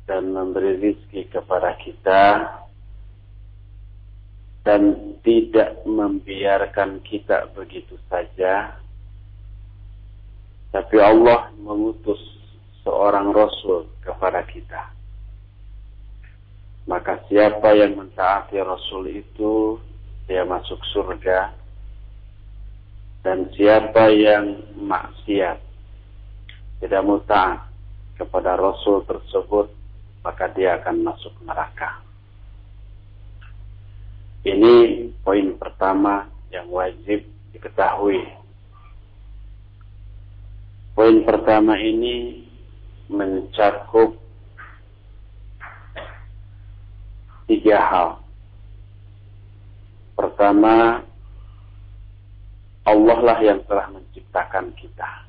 dan memberi rizki kepada kita dan tidak membiarkan kita begitu saja, tapi Allah mengutus seorang Rasul kepada kita. Maka siapa yang mentaati Rasul itu, dia masuk surga. Dan siapa yang maksiat, tidak mau taat kepada Rasul tersebut, maka dia akan masuk neraka. Ini poin pertama yang wajib diketahui. Poin pertama ini mencakup 3 hal. Pertama, Allah lah yang telah menciptakan kita.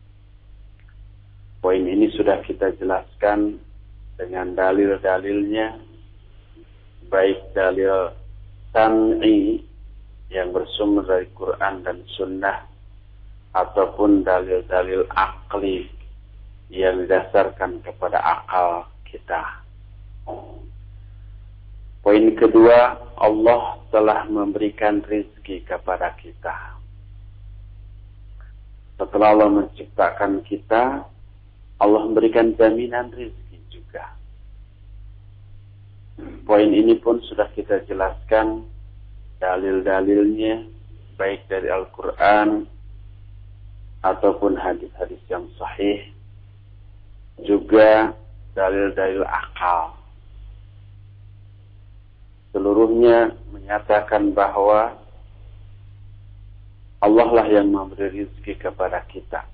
Poin ini sudah kita jelaskan dengan dalil-dalilnya, baik dalil sam'i yang bersumber dari Quran dan Sunnah, ataupun dalil-dalil akli yang didasarkan kepada akal kita. Poin kedua, Allah telah memberikan rizki kepada kita. Setelah Allah menciptakan kita, Allah memberikan jaminan rizki juga. Poin ini pun sudah kita jelaskan dalil-dalilnya, baik dari Al-Quran ataupun hadis-hadis yang sahih, juga dalil-dalil akal. Seluruhnya menyatakan bahwa Allah lah yang memberi rizki kepada kita.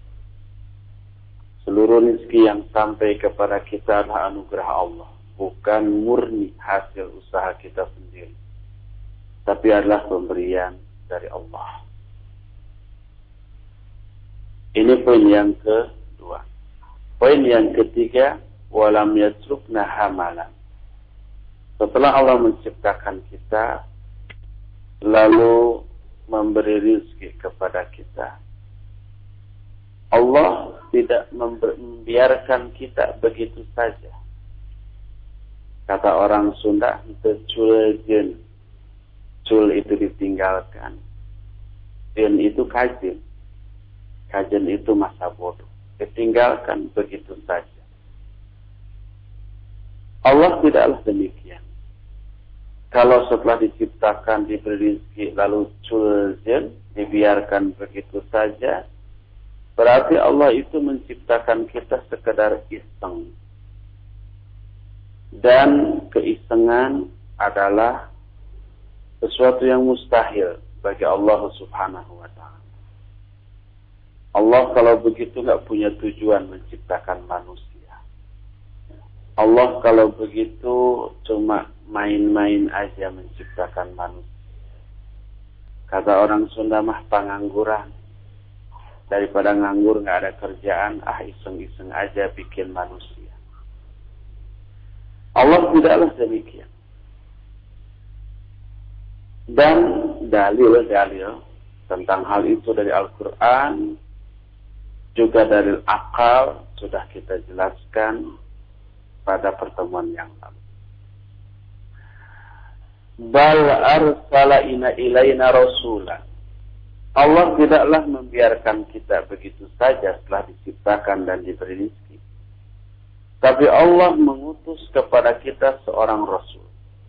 Seluruh rizki yang sampai kepada kita adalah anugerah Allah, bukan murni hasil usaha kita sendiri, tapi adalah pemberian dari Allah. Ini poin yang kedua. Poin yang ketiga, walam yatrukna hamalan. Setelah Allah menciptakan kita, lalu memberi rizki kepada kita, Allah tidak membiarkan kita begitu saja. Kata orang Sunda, "Culjen." Cul itu ditinggalkan. Jen itu kajen. Kajen itu masa bodoh. Ditinggalkan begitu saja. Allah tidaklah demikian. Kalau setelah diciptakan, diberi rizki, lalu culjen, dibiarkan begitu saja, berarti Allah itu menciptakan kita sekedar iseng. Dan keisengan adalah sesuatu yang mustahil bagi Allah subhanahu wa ta'ala. Allah kalau begitu gak punya tujuan menciptakan manusia. Allah kalau begitu cuma main-main aja menciptakan manusia. Kata orang Sunda mah pengangguran. Daripada nganggur gak ada kerjaan, iseng-iseng aja bikin manusia. Allah tidaklah demikian. Dan dalil-dalil tentang hal itu dari Al-Quran, juga dari akal, sudah kita jelaskan pada pertemuan yang lalu. Bal arsala ilaina rasulah. Allah tidaklah membiarkan kita begitu saja setelah diciptakan dan diberi rezeki. Tapi Allah mengutus kepada kita seorang Rasul.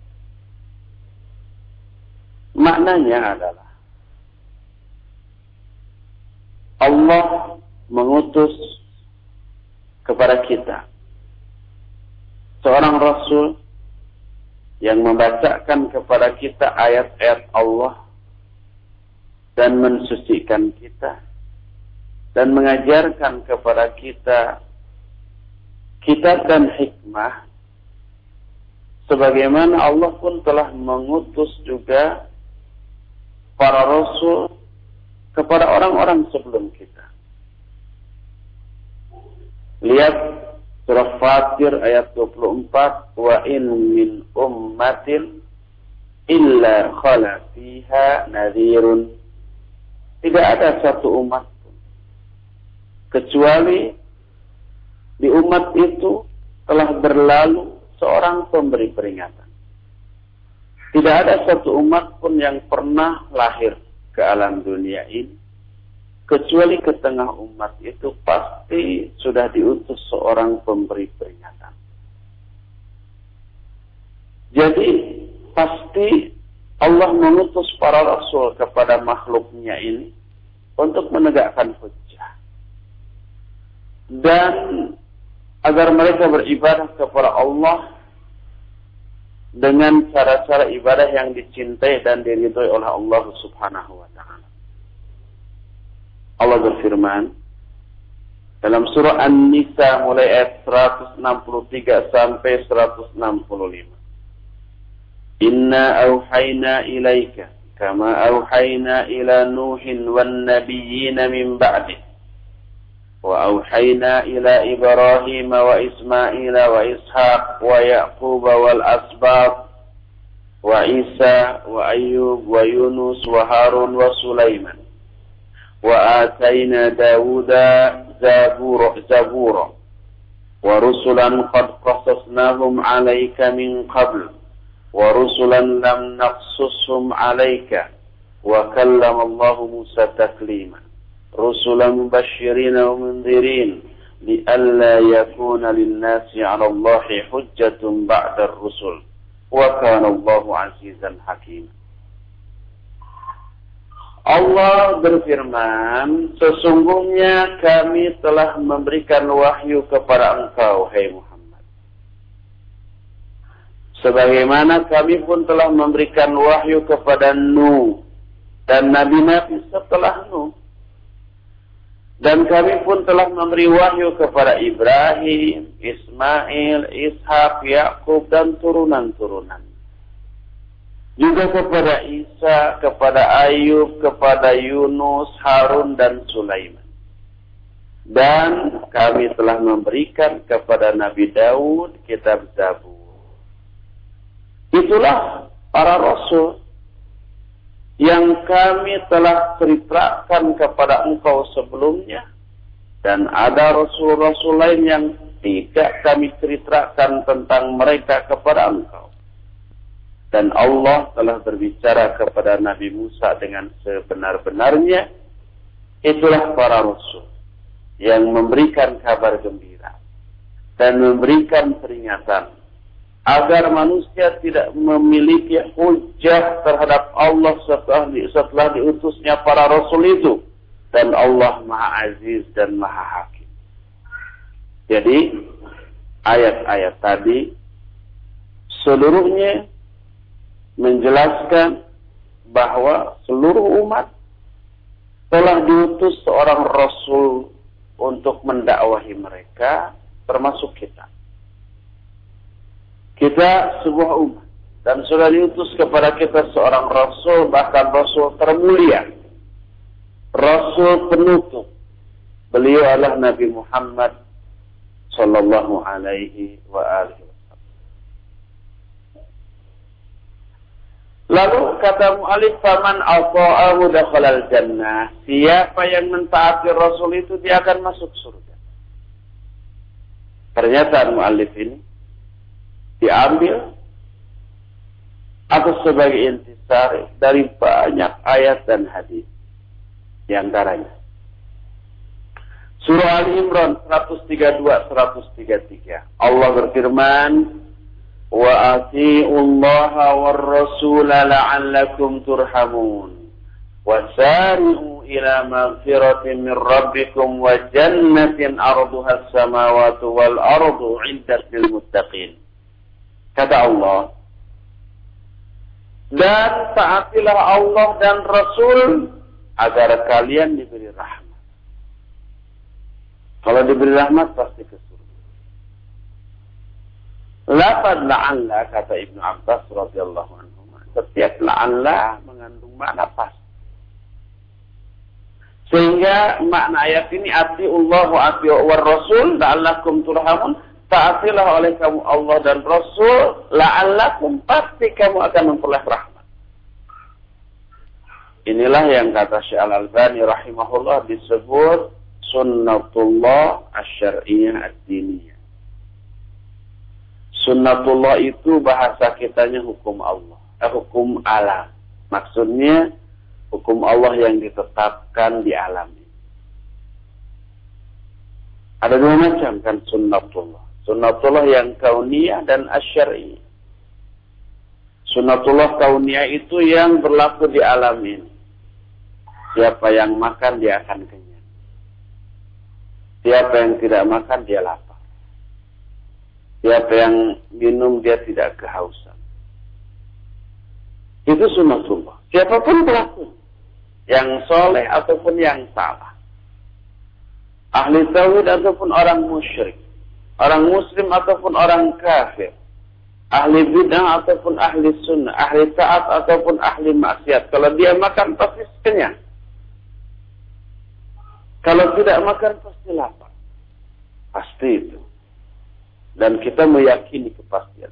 Maknanya adalah Allah mengutus kepada kita seorang Rasul yang membacakan kepada kita ayat-ayat Allah dan mensucikan kita dan mengajarkan kepada kita kitab dan hikmah, sebagaimana Allah pun telah mengutus juga para rasul kepada orang-orang sebelum kita. Lihat surah Fatir ayat 24, wa in min ummatin illa khala fiha nadhirun. Tidak ada satu umat pun kecuali di umat itu telah berlalu seorang pemberi peringatan. Tidak ada satu umat pun yang pernah lahir ke alam dunia ini, kecuali ke tengah umat itu pasti sudah diutus seorang pemberi peringatan. Jadi pasti Allah mengutus para rasul kepada makhluknya ini untuk menegakkan hujjah. Dan agar mereka beribadah kepada Allah dengan cara-cara ibadah yang dicintai dan diridhoi oleh Allah Subhanahu wa taala. Allah berfirman dalam surah An-Nisa mulai ayat 163 sampai 165. Inna auhayna ilaika kama auhayna ila Nuhin wan nabiyyina min ba'dih. وأوحينا إلى إبراهيم وإسماعيل وإسحاق ويعقوب والأسباط وعيسى وأيوب ويونس وهارون وسليمان وآتينا داود زبورا ورسلا قد قصصناهم عليك من قبل ورسلا لم نقصصهم عليك وكلم الله موسى تكليما رسلا مبشرين ومنذرين لئلا يكون للناس على الله حجة بعد الرسل وكان الله عزيزا حكيما. Allah berfirman, sesungguhnya kami telah memberikan wahyu kepada engkau, hai Muhammad. Sebagaimana kami pun telah memberikan wahyu kepada Nuh dan nabi-nabi setelah Nuh. Dan kami pun telah memberi wahyu kepada Ibrahim, Ismail, Ishak, Yakub dan turunan-turunan. Juga kepada Isa, kepada Ayub, kepada Yunus, Harun dan Sulaiman. Dan kami telah memberikan kepada Nabi Daud kitab Zabur. Itulah para rasul yang kami telah ceritakan kepada engkau sebelumnya, dan ada rasul-rasul lain yang tidak kami ceritakan tentang mereka kepada engkau. Dan Allah telah berbicara kepada Nabi Musa dengan sebenar-benarnya. Itulah para rasul yang memberikan kabar gembira dan memberikan peringatan agar manusia tidak memiliki hujjah terhadap Allah setelah diutusnya para rasul itu. Dan Allah Maha Aziz dan Maha Hakim. Jadi ayat-ayat tadi seluruhnya menjelaskan bahwa seluruh umat telah diutus seorang rasul untuk mendakwahi mereka, termasuk kita. Kita sebuah umat dan sudah diutus kepada kita seorang rasul, bahkan rasul termulia, rasul penutup. Beliau adalah Nabi Muhammad sallallahu alaihi wa alihi wasallam. Lalu kata mu'alif, faman ata'ahu dakhalal jannah. Siapa yang mentaati rasul itu dia akan masuk surga. Pernyataan mu'alif ini diambil atau sebagai intisari dari banyak ayat dan hadis. Di antaranya Surah Al-Imran 132-133. Allah berfirman, wa ati'ullaha war-rasula la'allakum turhamun wasari'u ila maghfiratin min rabbikum wa jannatin arduha as-samawati wal ardu 'iddat lil muttaqin. Kata Allah, dan taatilah Allah dan Rasul agar kalian diberi rahmat. Kalau diberi rahmat pasti ke surga. Lafaz la'alla, kata Ibnu Abbas radhiyallahu anhu, setiap la'alla mengandung makna pasti. Sehingga makna ayat ini ati'ullah wa ati'ur rasul la'allakum turhamun. Taatilah oleh kamu Allah dan Rasul, la'allakum, pasti kamu akan memperoleh rahmat. Inilah yang kata Syekh Al-Albani rahimahullah disebut sunnatullah asy-syar'iyyah ad-diniyah. Sunnatullah itu bahasa kitanya hukum Allah, hukum alam. Maksudnya hukum Allah yang ditetapkan di alam. Ada dua macam kan sunnatullah. Sunnatullah yang kauniyah dan asyariyah. Sunnatullah kauniyah itu yang berlaku di alam ini. Siapa yang makan dia akan kenyang. Siapa yang tidak makan dia lapar. Siapa yang minum dia tidak kehausan. Itu sunnatullah. Siapapun pelaku, yang soleh ataupun yang salah, ahli tauhid ataupun orang musyrik, orang muslim ataupun orang kafir, ahli bid'ah ataupun ahli sunnah, ahli taat ataupun ahli maksiat, kalau dia makan pasti kenyang. Kalau tidak makan pasti lapar. Pasti itu. Dan kita meyakini kepastian.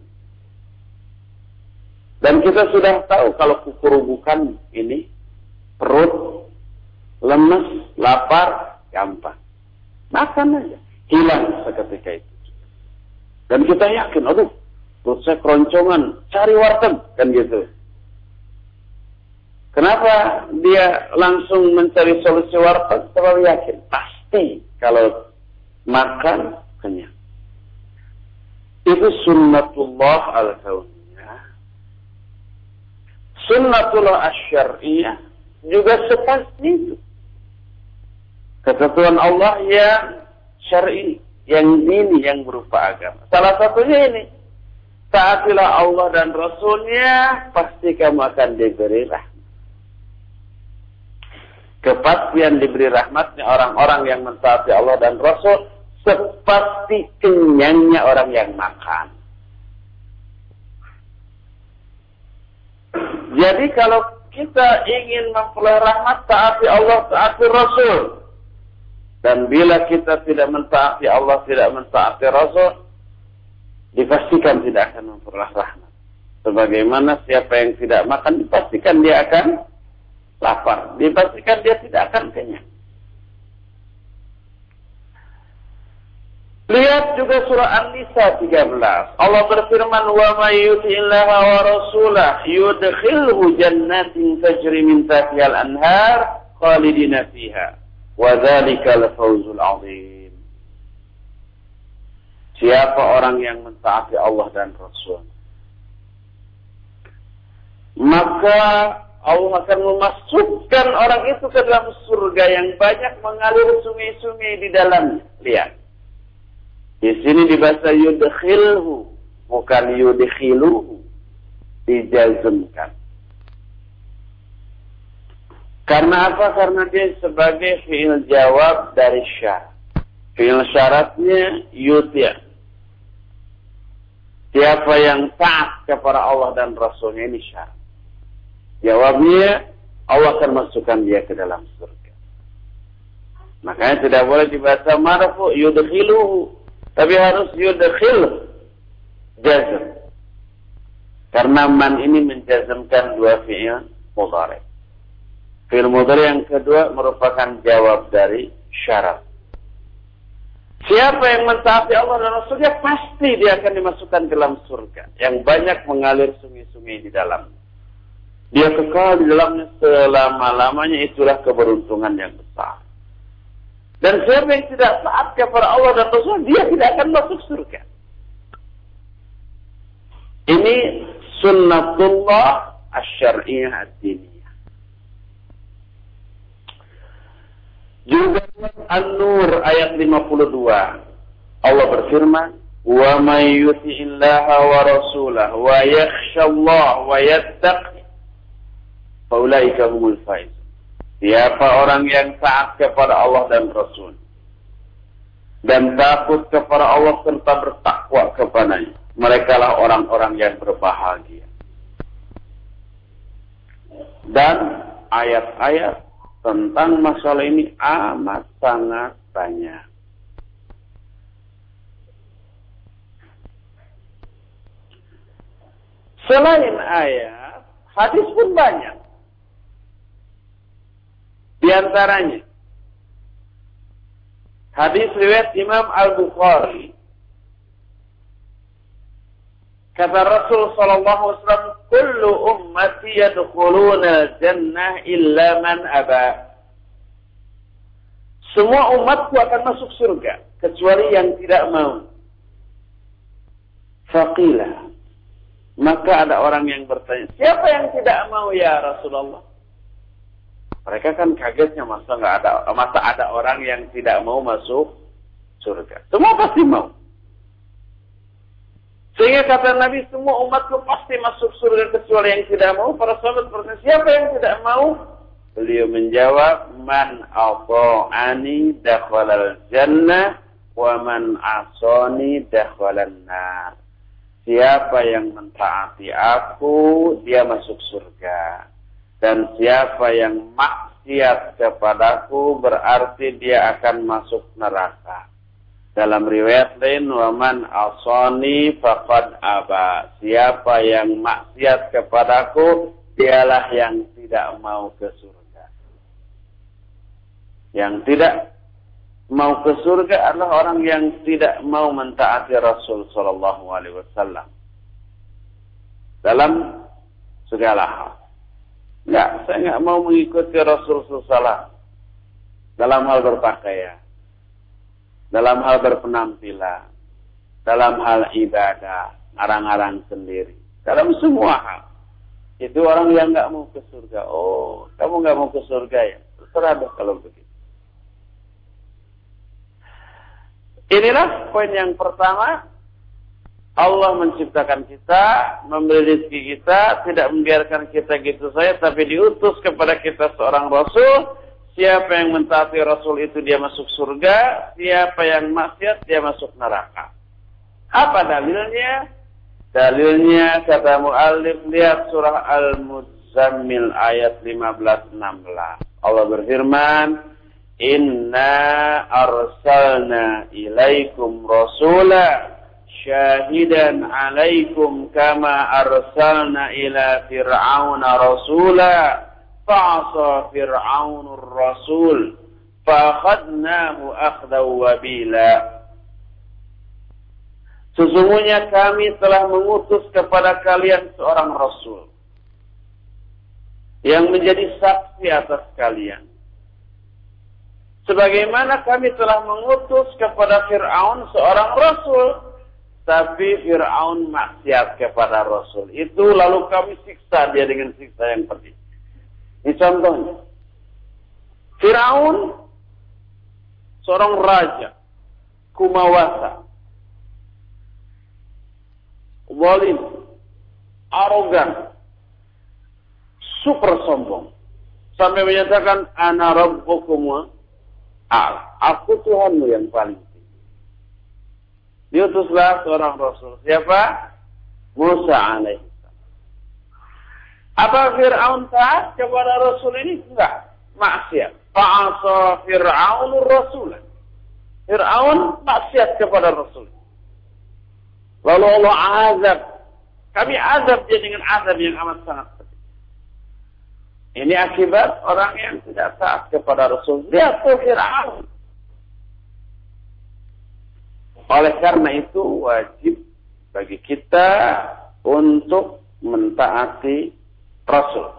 Dan kita sudah tahu kalau kukurubukan ini, perut, lemes, lapar, gampang. Makan aja. Hilang seketika itu. Dan kita yakin, aduh, perut saya keroncongan, cari warteg, kan gitu. Kenapa dia langsung mencari solusi warteg? Terlalu yakin. Pasti kalau makan, kenyang. Itu sunnatullah al-kauniyah. Sunnatullah asy-syar'iyyah juga sepasti itu. Ketentuan Allah yang syar'i, yang dini, yang berupa agama. Salah satunya ini. Taatilah Allah dan Rasulnya, pasti kamu akan diberi rahmat. Kepastian diberi rahmatnya orang-orang yang mentaati Allah dan Rasul, seperti kenyangnya orang yang makan. Jadi kalau kita ingin memperoleh rahmat, taati Allah, taati Rasul. Dan bila kita tidak mentaati Allah, tidak mentaati Rasul, dipastikan tidak akan memperoleh rahmat. Sebagaimana siapa yang tidak makan, dipastikan dia akan lapar. Dipastikan dia tidak akan kenyang. Lihat juga surah An-Nisa 13. Allah berfirman, "Wa may yuti'illaha wa rasulahu yudkhilhu jannatin tajri min tahtiha al-anhar khalidina fiha. Wa dzalikal fawzul 'adzim." Siapa orang yang mentaati Allah dan Rasul, maka Allah akan memasukkan orang itu ke dalam surga yang banyak mengalir sungai-sungai di dalamnya. Lihat. Di sini dibaca yudkhilhu, bukan yudkhiluhu. Dijazmkan. Karena apa? Karena dia sebagai fi'il jawab dari syarat. Fi'il syaratnya yuti'. Siapa yang taat kepada Allah dan Rasulnya, ini syarat. Jawabnya, Allah akan masukkan dia ke dalam surga. Makanya tidak boleh dibaca marfu yudkhiluhu, tapi harus yudkhil jazm. Karena man ini menjazmkan dua fi'il mudhari'. Fi'il mudhari' yang kedua merupakan jawab dari syarat. Siapa yang mentaati Allah dan Rasulnya, pasti dia akan dimasukkan ke dalam surga yang banyak mengalir sungai-sungai di dalamnya. Dia kekal di dalamnya selama-lamanya, itulah keberuntungan yang besar. Dan siapa yang tidak taat kepada Allah dan Rasul, dia tidak akan masuk surga. Ini sunnatullah asy-syar'iyyah ad-diniyah. Juga An-Nur ayat 52. Allah berfirman, "Wa may yuti'illaha wa rasulahu wa yakhshallaha wa yattaqi faulaika humul faizun." Siapa orang yang taat kepada Allah dan Rasul dan takut kepada Allah serta bertakwa kepadanya, merekalah orang-orang yang berbahagia. Dan ayat-ayat tentang masalah ini amat sangat banyak. Selain ayat, hadis pun banyak. Di antaranya hadis riwayat Imam Al-Bukhari Kata Rasul sallallahu alaihi wasallam, "Kullu ummati yadkhuluna jannah illa man aba." Semua umatku akan masuk surga kecuali yang tidak mau. Faqila, maka ada orang yang bertanya, siapa yang tidak mau ya Rasulullah? Mereka kan kagetnya, masa ada orang yang tidak mau masuk surga. Semua pasti mau. Sehingga kata Nabi, semua umatku pasti masuk surga kecuali yang tidak mau. Para sahabat bertanya, siapa yang tidak mau? Beliau menjawab, man ata'ani dakhalal jannah wa man asani dakhalan nar. Siapa yang mentaati aku, dia masuk surga. Dan siapa yang maksiat kepadaku, berarti dia akan masuk neraka. Dalam riwayat lain, wa man asani faqad aba. Siapa yang maksiat kepadaku, dialah yang tidak mau ke surga. Yang tidak mau ke surga adalah orang yang tidak mau mentaati Rasul sallallahu alaihi wasallam dalam segala hal. Enggak, saya enggak mau mengikuti Rasul sallallahu alaihi wasallam dalam hal berpakaian, dalam hal berpenampilan, dalam hal ibadah, arang-arang sendiri, dalam semua hal. Itu orang yang enggak mau ke surga. Oh, kamu enggak mau ke surga ya? Terserah deh kalau begitu. Inilah poin yang pertama. Allah menciptakan kita, memberi rezeki kita, tidak membiarkan kita gitu saja, tapi diutus kepada kita seorang Rasul. Siapa yang mentaati Rasul itu dia masuk surga, siapa yang maksiat dia masuk neraka. Apa dalilnya? Dalilnya kata muallif, lihat surah Al-Muzammil ayat 15-16. Allah berfirman, Inna arsalna ilaikum rasula syahidan alaikum kama arsalna ila fir'auna rasula fa'asa fir'aunur rasul fa'akhadnahu akhdaw wabila. Sesungguhnya kami telah mengutus kepada kalian seorang rasul yang menjadi saksi atas kalian. Sebagaimana kami telah mengutus kepada Fir'aun seorang Rasul. Tapi Fir'aun maksiat kepada Rasul itu. Lalu kami siksa dia dengan siksa yang pedih. Ini contohnya. Fir'aun seorang raja. Kumawasa. Zalim. Arogan. Super sombong. Sampai menyatakan, Ana rabbukum aku Tuhanmu yang paling tinggi. Diutuslah seorang Rasul. Siapa? Musa alaihissalam. Apa Fir'aun taat kepada Rasul ini? Enggak. Maksiat. Fa'asa Fir'aunur Rasul. Fir'aun maksiat kepada Rasul. Lalu Allah azab. Kami azab dia dengan azab yang amat sangat pedih. Ini akibat orang yang tidak taat kepada Rasul. Dia tuh Fir'aun. Oleh karena itu wajib bagi kita untuk mentaati Rasul.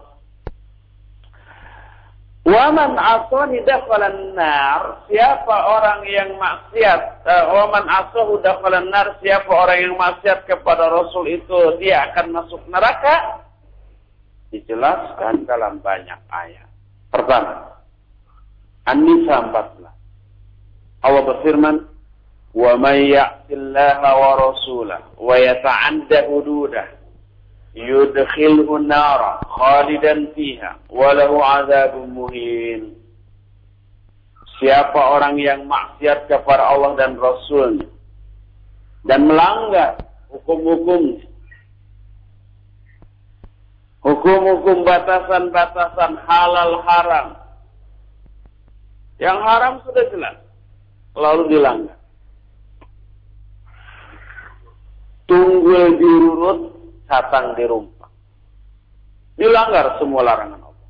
Wa man asani dakhalan nar. Siapa orang yang maksiat, wa man asahu dakhalan nar, siapa orang yang maksiat kepada Rasul itu dia akan masuk neraka. Dijelaskan dalam banyak ayat. Pertama, An-Nisa 14. Allah berfirman, "Wa may ya'tillaha wa rasulahu wa yata'adda hududah yudkhilhu an-nara khalidan fiha wa lahu 'adzabun muhin." Siapa orang yang maksiat kepada Allah dan Rasulnya dan melanggar hukum-hukumnya, hukum-hukum batasan-batasan halal haram. Yang haram sudah jelas, lalu dilanggar. Tunggul dirurut, catang dirumpak. Dilanggar semua larangan Allah.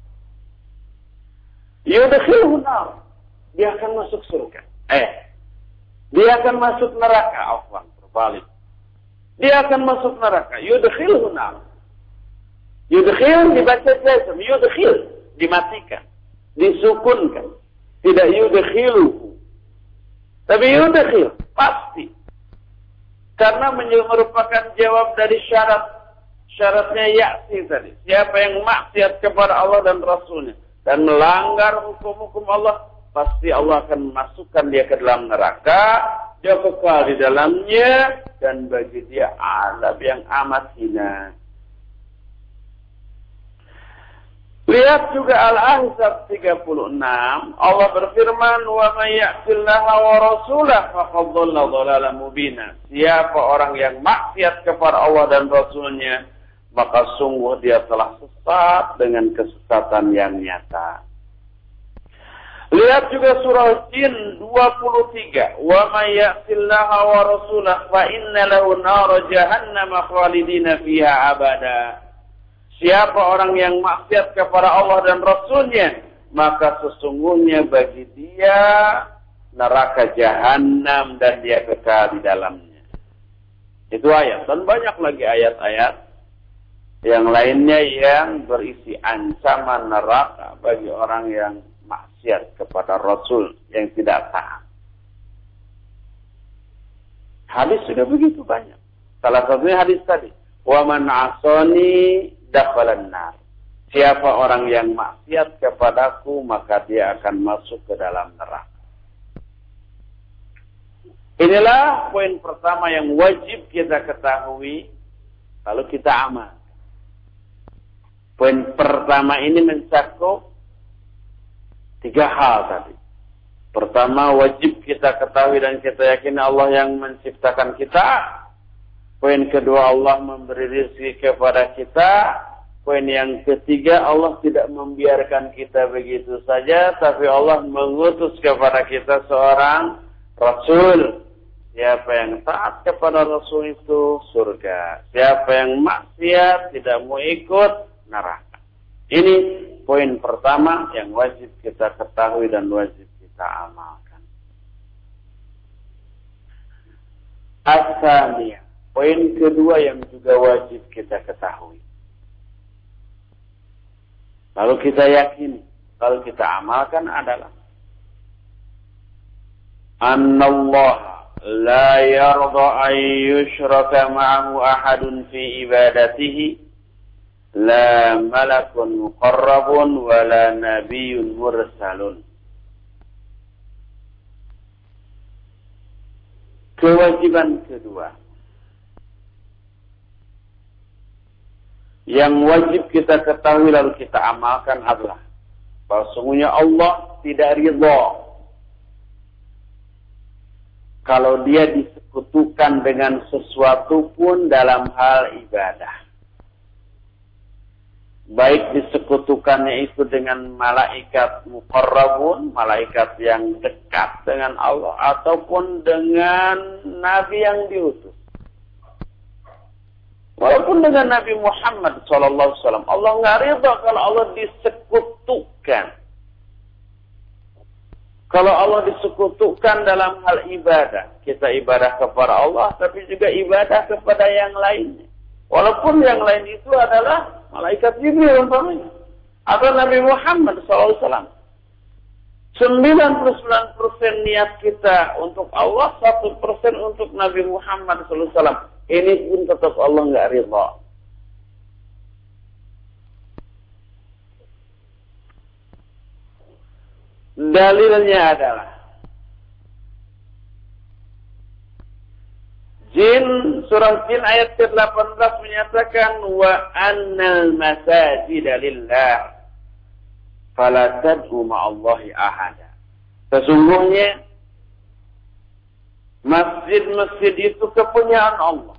Yudkhilhu nar. Dia akan masuk surga. Dia akan masuk neraka. Afwan, berbalik. dia akan masuk neraka. Yudkhilhu nar. Yudkhil dibaca jazm, yudkhil dimatikan, disukunkan. Tidak yudkhiluhu. Tapi yudkhil pasti. Karena merupakan jawab dari syaratnya ya'si tadi. Siapa yang maksiat kepada Allah dan Rasulnya dan melanggar hukum-hukum Allah, pasti Allah akan masukkan dia ke dalam neraka. Dia kekal di dalamnya dan bagi dia azab yang amat hina. Lihat juga Al-Ahzab 36. Allah berfirman, "Wa may ya'tillaha wa rasulahu faqad dhalla dhalalan mubina." Siapa orang yang maksiat kepada Allah dan Rasulnya, maka sungguh dia telah sesat dengan kesesatan yang nyata. Lihat juga surah Jin 23. "Wa may ya'tillaha wa rasulahu fa inna lahu nar jahannam khalidina fiha abada." Siapa orang yang maksiat kepada Allah dan Rasulnya, maka sesungguhnya bagi dia neraka jahanam dan dia kekal di dalamnya. Itu ayat. Dan banyak lagi ayat-ayat yang lainnya yang berisi ancaman neraka bagi orang yang maksiat kepada Rasul yang tidak taat. Hadis sudah begitu banyak. Salah satunya hadis tadi. "Wa man 'asani dakhalan nar." Siapa orang yang maksiat kepadaku, maka dia akan masuk ke dalam neraka. Inilah poin pertama yang wajib kita ketahui kalau kita amal. Poin pertama ini mencakup 3 hal tadi. Pertama, wajib kita ketahui dan kita yakini Allah yang menciptakan kita. Poin kedua, Allah memberi rezeki kepada kita. Poin yang ketiga, Allah tidak membiarkan kita begitu saja, tapi Allah mengutus kepada kita seorang Rasul. Siapa yang taat kepada Rasul itu surga. Siapa yang maksiat tidak mau ikut neraka. Ini poin pertama yang wajib kita ketahui dan wajib kita amalkan. As-saniyah. Poin kedua yang juga wajib kita ketahui. Lalu kita yakini, lalu kita amalkan adalah Annallaha la yarda an yushraka ma'ahu ahadun fi ibadatihi, la malakun muqarrabun wa la nabiyyun mursalun. Kewajiban kedua yang wajib kita ketahui lalu kita amalkan adalah bahwa sungguhnya Allah tidak ridha kalau dia disekutukan dengan sesuatu pun dalam hal ibadah. Baik disekutukannya itu dengan malaikat muqarrabun, malaikat yang dekat dengan Allah, ataupun dengan nabi yang diutus. Walaupun dengan Nabi Muhammad SAW, Allah nggak ridha kalau Allah disekutukan. Kalau Allah disekutukan dalam hal ibadah, kita ibadah kepada Allah, tapi juga ibadah kepada yang lainnya. Walaupun yang lain itu adalah malaikat Jibril umpamanya, atau Nabi Muhammad SAW. 99% niat kita untuk Allah, 1% untuk Nabi Muhammad SAW. Ini pun tetap Allah nggak ridha. Dalilnya adalah Jin, surah Jin ayat ke-18 menyatakan wa annal masajida lillah fala tad'u ma'allahi ahada. Sesungguhnya masjid-masjid itu kepunyaan Allah.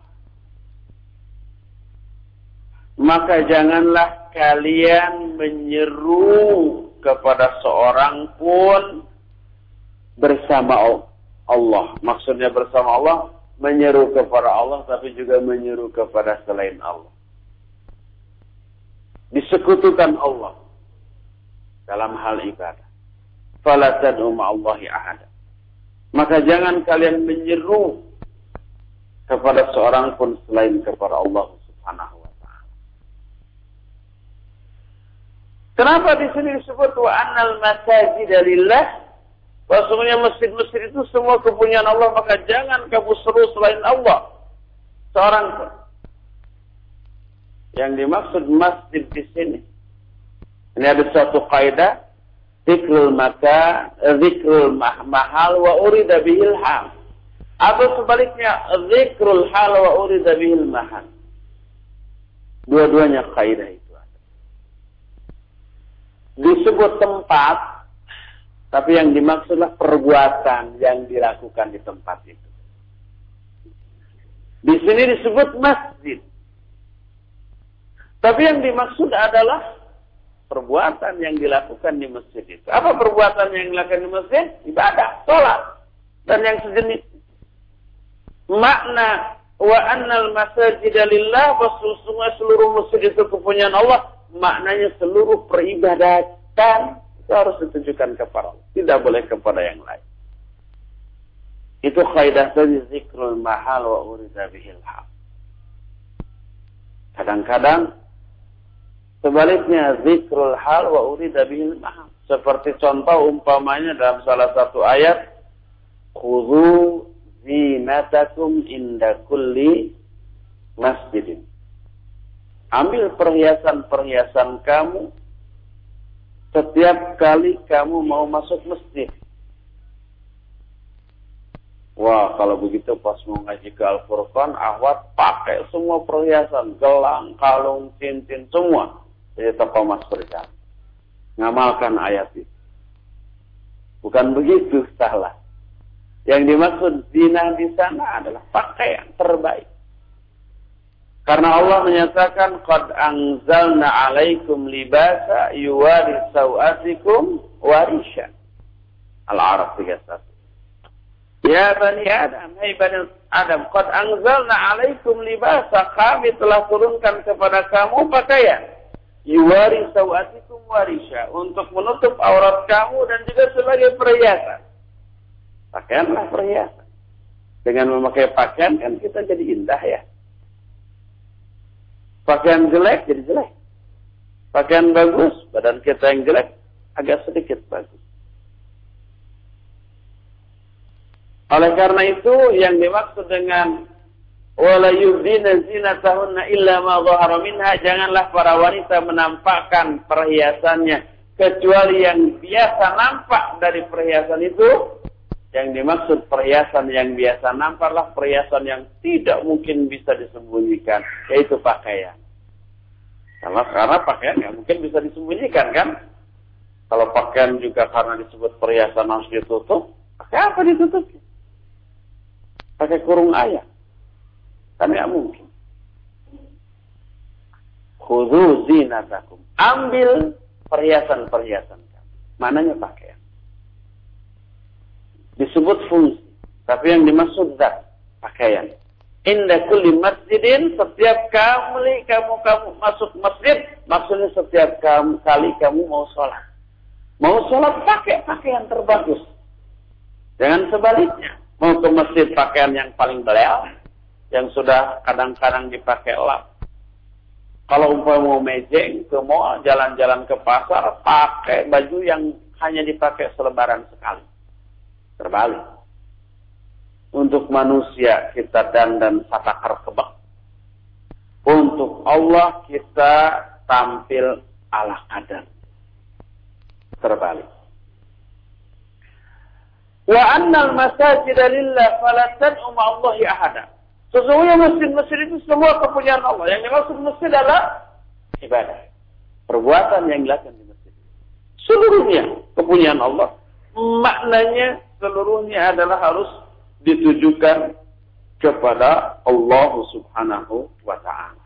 Maka janganlah kalian menyeru kepada seorang pun bersama Allah. Maksudnya bersama Allah, menyeru kepada Allah, tapi juga menyeru kepada selain Allah. Disekutukan Allah dalam hal ibadah. Fala tad'u ma'allahi ahada. Maka jangan kalian menyeru kepada seorang pun selain kepada Allah Subhanahu wa taala. Kenapa di sini disebut wa annal masajida lillah? Bahwasanya masjid-masjid itu semua kepunyaan Allah, maka jangan kamu seru selain Allah seorang pun. Yang dimaksud masjid di sini, ini ada suatu kaidah, zikrul mahal wa urida bihil hal. Atau sebaliknya, zikrul hal wa urida bihil mahal. Dua-duanya kaidah itu ada. Disebut tempat, tapi yang dimaksudlah perbuatan yang dilakukan di tempat itu. Di sini disebut masjid. Tapi yang dimaksud adalah perbuatan yang dilakukan di masjid itu. Apa perbuatan yang dilakukan di masjid? Ibadah, sholat, dan yang sejenis. Makna wa annal masajida lillah, bahwa seluruh masjid itu kepunyaan Allah, maknanya seluruh peribadatan itu harus ditujukan kepada Allah, tidak boleh kepada yang lain. Itu kaidah dari zikrul mahal wa urida bihil hal. Kadang-kadang sebaliknya, zikrul hal wa urida bihil mahal. Seperti contoh umpamanya dalam salah satu ayat, khudhu zinatakum inda kulli masjidin. Ambil perhiasan-perhiasan kamu setiap kali kamu mau masuk masjid. Wah, kalau begitu pas mau ngaji ke Al-Furqan, Ahwat pakai semua perhiasan, gelang, kalung, cincin, semua. Jadi tokoh mas berjalan. Ngamalkan ayat itu. Bukan begitu, salah. Yang dimaksud zina di sana adalah pakaian terbaik. Karena Allah menyatakan, qad anzalna 'alaikum libasa yuwari sawatikum warisha. Al-A'raf 31. Ya Bani Adam, hai Bani Adam, qad anzalna 'alaikum libasa, kami telah turunkan kepada kamu pakaian. Yuwari sawatikum warisha, untuk menutup aurat kamu dan juga sebagai perhiasan. Pakaianlah perhiasan. Dengan memakai pakaian kan kita jadi indah ya. Pakaian jelek jadi jelek. Pakaian bagus, badan kita yang jelek agak sedikit bagus. Oleh karena itu yang dimaksud dengan wala yubdina zinatahunna illa ma dhahara minha, janganlah para wanita menampakkan perhiasannya kecuali yang biasa nampak dari perhiasan itu. Yang dimaksud perhiasan yang biasa nampaklah perhiasan yang tidak mungkin bisa disembunyikan, yaitu pakaian. Karena pakaian nggak mungkin bisa disembunyikan kan? Kalau pakaian juga karena disebut perhiasan harus ditutup, pakai apa ditutup? Pakai kurung ayam. Kan nggak mungkin. Khudhu zinatakum. Ambil perhiasan-perhiasan kamu. Mananya pakaian. Disebut fungsi. Tapi yang dimaksud zat. Pakaian. Inda kulli masjidin. Setiap kali kamu masuk masjid. Maksudnya setiap kali kamu mau sholat. Mau sholat pakai pakaian terbagus. Jangan sebaliknya. Mau ke masjid pakaian yang paling belel. Yang sudah kadang-kadang dipakai lap. Kalau umpama mau mejeng ke mall, jalan-jalan ke pasar, pakai baju yang hanya dipakai selebaran sekali. Terbalik. Untuk manusia kita dandan satakar kebak. Untuk Allah kita tampil ala kadar. Terbalik. Wa annal masajida lillah fala tad'u ma'allahi ahada. Sesungguhnya masjid-masjid itu semua kepunyaan Allah. Yang dimaksud masjid adalah ibadah. Perbuatan yang dilakukan di masjid. Seluruhnya kepunyaan Allah. Maknanya seluruhnya adalah harus ditujukan kepada Allah Subhanahu wa ta'ala.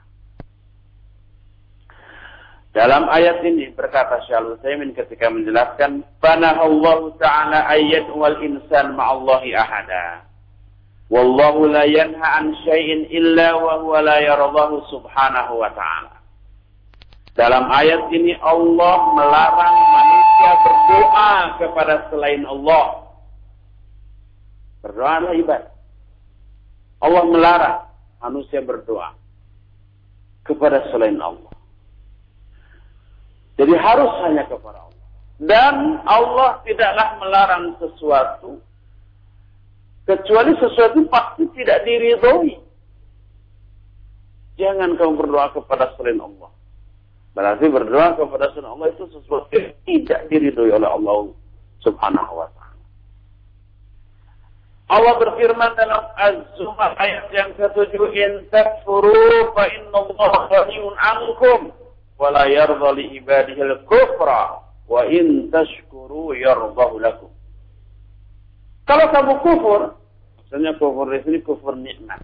Dalam ayat ini berkata Syaikhul Utsaimin ketika menjelaskan, "Banahallahu ta'ala ayat wal insan ma'allahi ahada. Wallahu la yanha an syai'in illa wa huwa la yardahu subhanahu wa ta'ala." Dalam ayat ini Allah melarang manusia berdoa kepada selain Allah. Berdoa adalah ibadah. Allah melarang manusia berdoa kepada selain Allah. Jadi harus hanya kepada Allah. Dan Allah tidaklah melarang sesuatu kecuali sesuatu pasti tidak diridhoi. Jangan kamu berdoa kepada selain Allah. Berarti berdoa kepada selain Allah itu sesuatu yang tidak diridhoi oleh Allah Subhanahu wa ta'ala. Allah berfirman dalam Az-Zumar ayat yang ke-7, "In takfuru fa innallaha ghaniyun 'ankum wa la yardha li ibadihil kufra wa in tashkuru yardahu lakum." Kalau kamu kufur, maksudnya kufur di sini kufur nikmat,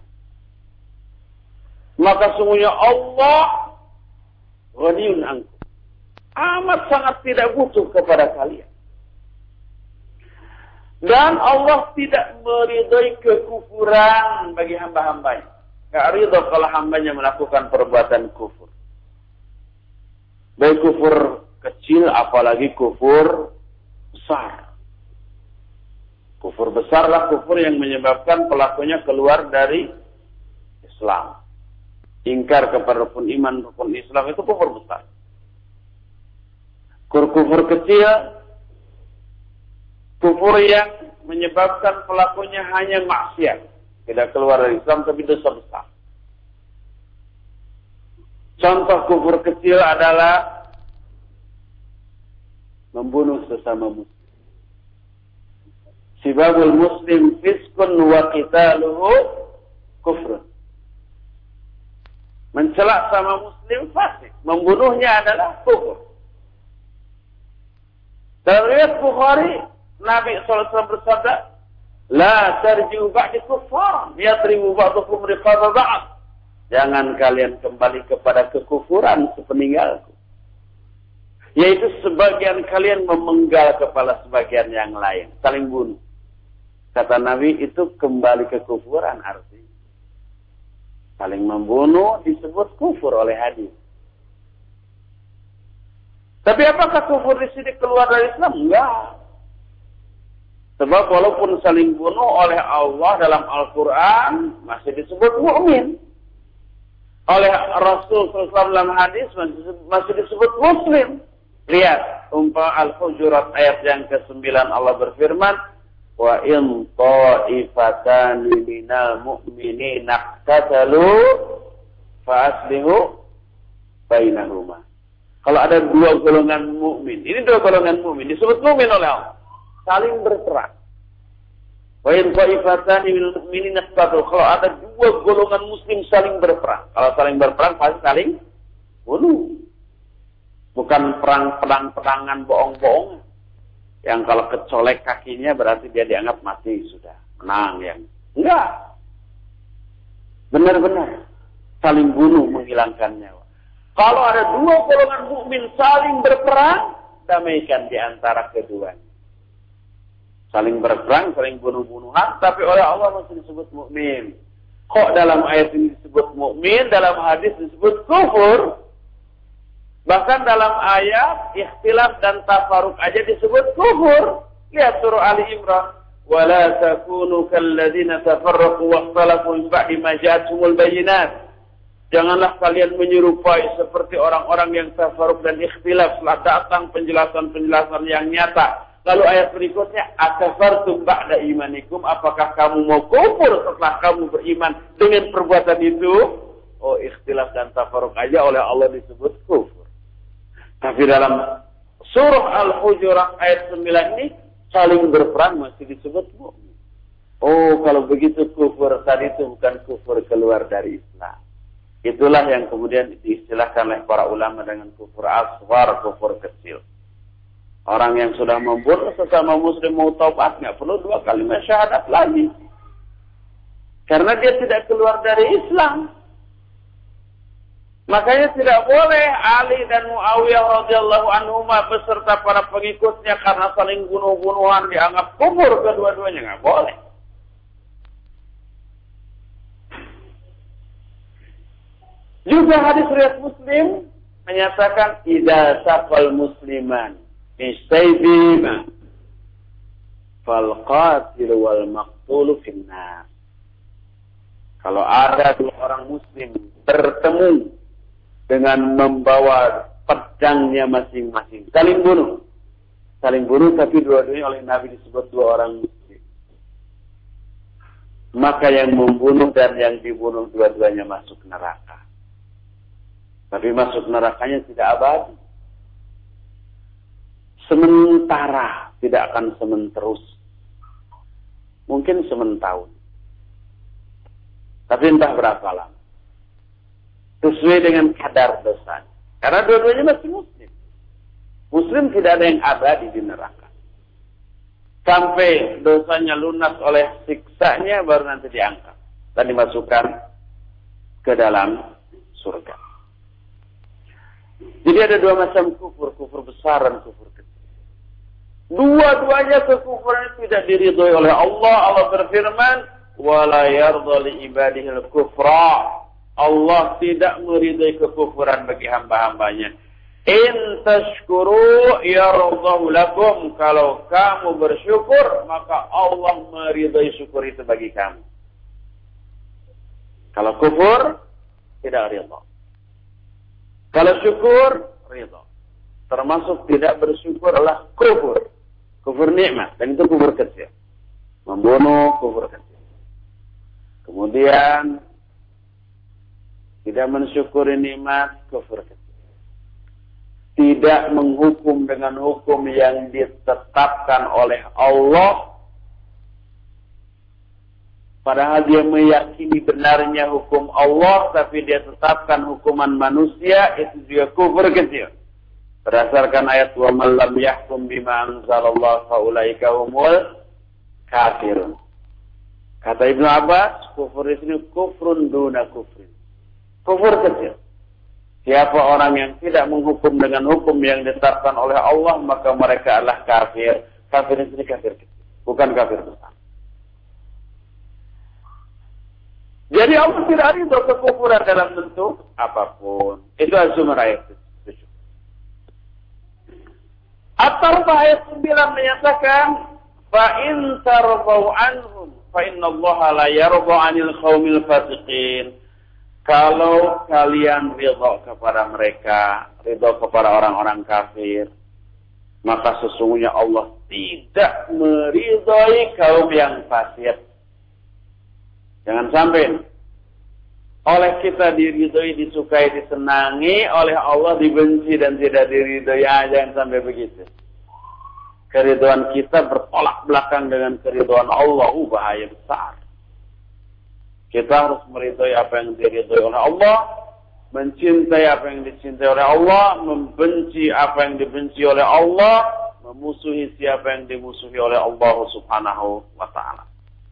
maka sungguhnya Allah ghaniyun 'ankum, amat sangat tidak butuh kepada kalian. Dan Allah tidak meridhai kekufuran bagi hamba-hambanya. Enggak ridho kalau hambanya melakukan perbuatan kufur. Baik kufur kecil apalagi kufur besar. Kufur besarlah kufur yang menyebabkan pelakunya keluar dari Islam. Ingkar kepada rukun iman, rukun Islam itu kufur besar. Kufur kecil, kufur yang menyebabkan pelakunya hanya maksiat, tidak keluar dari Islam tapi dosa besar. Contoh kufur kecil adalah membunuh sesama muslim. Sibabul muslim fiskun wa qitaluhu kufrun. Mencela sama muslim fasik, membunuhnya adalah kufur. Dalam riwayat Bukhari, Nabi SAW bersabda, "La tarji'u ba'di kuffar, yadribu ba'dukum riqaba ba'd." Jangan kalian kembali kepada kekufuran sepeninggalku. Yaitu sebagian kalian memenggal kepala sebagian yang lain, saling bunuh. Kata Nabi, itu kembali ke kufuran artinya. Saling membunuh disebut kufur oleh hadis. Tapi apakah kufur di sini keluar dari Islam? Enggak. Sebab walaupun saling bunuh oleh Allah dalam Al-Quran masih disebut mukmin. Oleh Rasul SAW dalam hadis masih disebut muslim. Lihat, umpama Al-Hujurat ayat yang ke-9 Allah berfirman, "Wa in ta'ifatani minal mu'minina iqtatalu fa aslihu bainahuma." Kalau ada dua golongan mukmin, ini dua golongan mukmin disebut mukmin oleh Allah, saling berperang. Wa in ta'ifatani minal mu'minina iqtatalu, kalau ada dua golongan muslim saling berperang. Kalau saling berperang pasti saling bunuh. Bukan perang-perangan bohong-bohongan. Yang kalau kecolek kakinya berarti dia dianggap mati sudah, menang yang. Enggak. Benar-benar saling bunuh menghilangkan nyawa. Kalau ada dua golongan mukmin saling berperang, damaikan di antara keduanya. Saling berperang, saling bunuh-bunuhan, tapi oleh Allah masih disebut mukmin. Kok dalam ayat ini disebut mukmin, dalam hadis disebut kufur? Bahkan dalam ayat ikhtilaf dan tafarruq aja disebut kufur. Lihat surah Ali Imran, "Wala takunu kalladzina tafarraqu wa ikhtalafu min ba'di ma ja'atuhumul bayyinat." Janganlah kalian menyerupai seperti orang-orang yang tafarruq dan ikhtilaf setelah datang penjelasan-penjelasan yang nyata. Lalu ayat berikutnya, "Akafartum ba'da imanikum?" Apakah kamu mau kufur setelah kamu beriman dengan perbuatan itu? Oh, ikhtilaf dan tafarruq aja oleh Allah disebut kufur. Tapi dalam surah Al-Hujurat ayat 9 ini saling berperang masih disebut mukmin. Oh, kalau begitu kufur tadi itu bukan kufur keluar dari Islam. Itulah yang kemudian diistilahkan oleh para ulama dengan kufur asghar, kufur kecil. Orang yang sudah membunuh sesama muslim mau taubat nggak perlu dua kalimat syahadat lagi. Karena dia tidak keluar dari Islam. Makanya tidak boleh Ali dan Muawiyah radhiyallahu anhuma beserta para pengikutnya karena saling bunuh-bunuhan dianggap kufur kedua-duanya, nggak boleh. Juga hadis riwayat Muslim menyatakan idza saqal musliman istaybima fal qatil wal maqtul finnar. Kalau ada dua orang muslim bertemu dengan membawa pedangnya masing-masing, saling bunuh. Saling bunuh, tapi dua-duanya oleh Nabi disebut dua orang muslim. Maka yang membunuh dan yang dibunuh dua-duanya masuk neraka. Tapi masuk nerakanya tidak abadi. Sementara, tidak akan sementerus. Mungkin sementahun. Tapi entah berapa lama. Sesuai dengan kadar dosanya. Karena dua-duanya masih muslim. Muslim tidak ada yang abadi di neraka. Sampai dosanya lunas oleh siksanya baru nanti diangkat. Dan dimasukkan ke dalam surga. Jadi ada dua macam kufur. Kufur besar dan kufur kecil. Dua-duanya kekufuran tidak diridhoi oleh Allah. Allah berfirman, وَلَا يَرْضَ لِعِبَادِهِ الْكُفْرَ. Allah tidak meridhai kekufuran bagi hamba-hambanya. In tashkuru yardahu lakum. Kalau kamu bersyukur, maka Allah meridhai syukur itu bagi kamu. Kalau kufur, tidak ridha. Kalau syukur, ridha. Termasuk tidak bersyukur adalah kufur. Kufur nikmat. Dan itu kufur kecil. Membunuh, kufur kecil. Kemudian tidak mensyukuri nikmat, kufur kecil. Tidak menghukum dengan hukum yang ditetapkan oleh Allah, padahal dia meyakini benarnya hukum Allah, tapi dia tetapkan hukuman manusia, itu juga kufur kecil. Berdasarkan ayat wa man lam yahkum bima anzalallahu faulaika humul kafirun. Kata Ibnu Abbas, kufur di sini kufrun duna kufrin. Kufur kecil. Siapa orang yang tidak menghukum dengan hukum yang ditetapkan oleh Allah, maka mereka adalah kafir. Kafir di sini kafir kecil, bukan kafir besar. Jadi Allah tidak ridho kekufuran dalam bentuk apapun. Itu sumber ayat 7. At-Taubah ayat 9 menyatakan, fa in tarbau anhum fa innallaha la yarda 'anil qaumil fasiqin. Kalau kalian ridha kepada mereka, ridha kepada orang-orang kafir, maka sesungguhnya Allah tidak meridhai kaum yang fasik. Jangan sampai oleh kita diridhai, disukai, disenangi, oleh Allah dibenci dan tidak diridhai. Jangan sampai begitu. Keridhaan kita bertolak belakang dengan keridhaan Allah, bahaya besar. Kita harus meridhai apa yang diridhai oleh Allah, mencintai apa yang dicintai oleh Allah, membenci apa yang dibenci oleh Allah, memusuhi siapa yang dimusuhi oleh Allah Subhanahu wa ta'ala.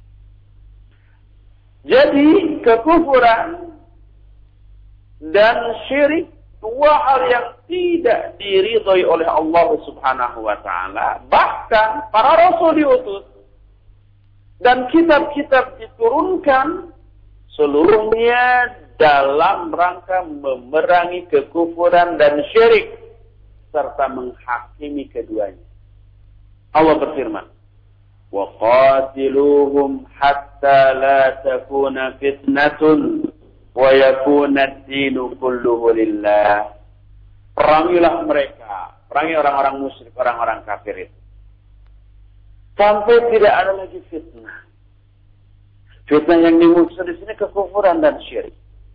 Jadi kekufuran dan syirik dua hal yang tidak diridhai oleh Allah Subhanahu wa ta'ala. Bahkan para rasul diutus dan kitab-kitab diturunkan seluruhnya dalam rangka memerangi kekufuran dan syirik serta menghakimi keduanya. Allah berfirman, وَقَاتِلُوهُمْ حَتَّى لَا تَكُونَ فِتْنَةٌ وَيَكُونَ الدِّينُ كُلُّهُ لِلَّهِ. Perangilah mereka, perangi orang-orang musyrik, orang-orang kafir itu, sampai tidak ada lagi fitnah. Fitnah yang dimaksud di sini kekufuran dan syirik.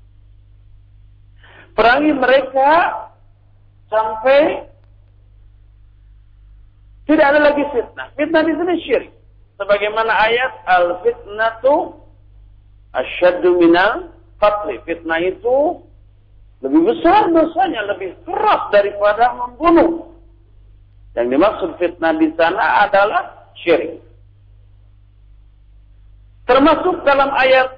Perangi mereka sampai tidak ada lagi fitnah. Fitnah di sini syirik. Sebagaimana ayat al-fitnatu asyaddu minal qatli. Fitnah itu lebih besar dosanya, lebih keras daripada membunuh. Yang dimaksud fitnah di sana adalah syirik. Termasuk dalam ayat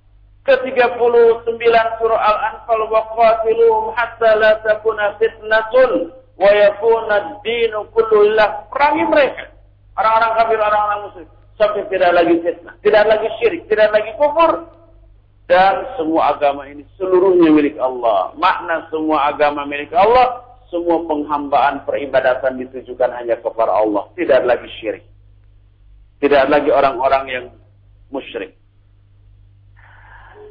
ke-39 surah Al-Anfal, wa qatiluhum hatta la takuna fitnatun wa yakuna ad-dinu kulluhu lillah. Perangi mereka, orang-orang kafir, orang-orang musyrik, sampai tidak lagi fitnah, tidak lagi syirik, tidak lagi kufur, dan semua agama ini seluruhnya milik Allah. Makna semua agama milik Allah, semua penghambaan peribadatan ditujukan hanya kepada Allah, tidak lagi syirik, tidak lagi orang-orang yang musyrik.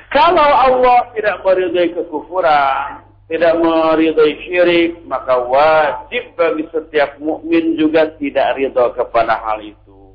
Kalau Allah tidak meridai kekufuran, tidak meridai syirik, maka wajib bagi setiap mukmin juga tidak ridha kepada hal itu.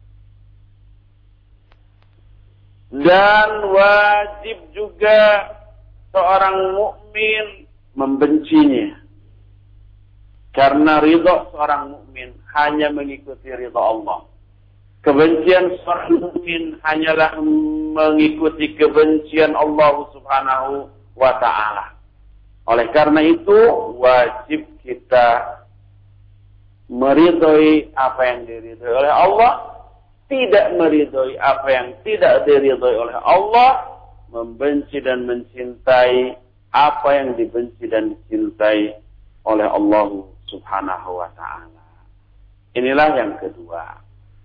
Dan wajib juga seorang mukmin membencinya. Karena ridha seorang mukmin hanya mengikuti ridha Allah. Kebencian seorang mukmin hanyalah mengikuti kebencian Allah Subhanahu wa ta'ala. Oleh karena itu, wajib kita meridhoi apa yang diridhoi oleh Allah, tidak meridhoi apa yang tidak diridhoi oleh Allah, membenci dan mencintai apa yang dibenci dan dicintai oleh Allah Subhanahu wa ta'ala. Inilah yang kedua.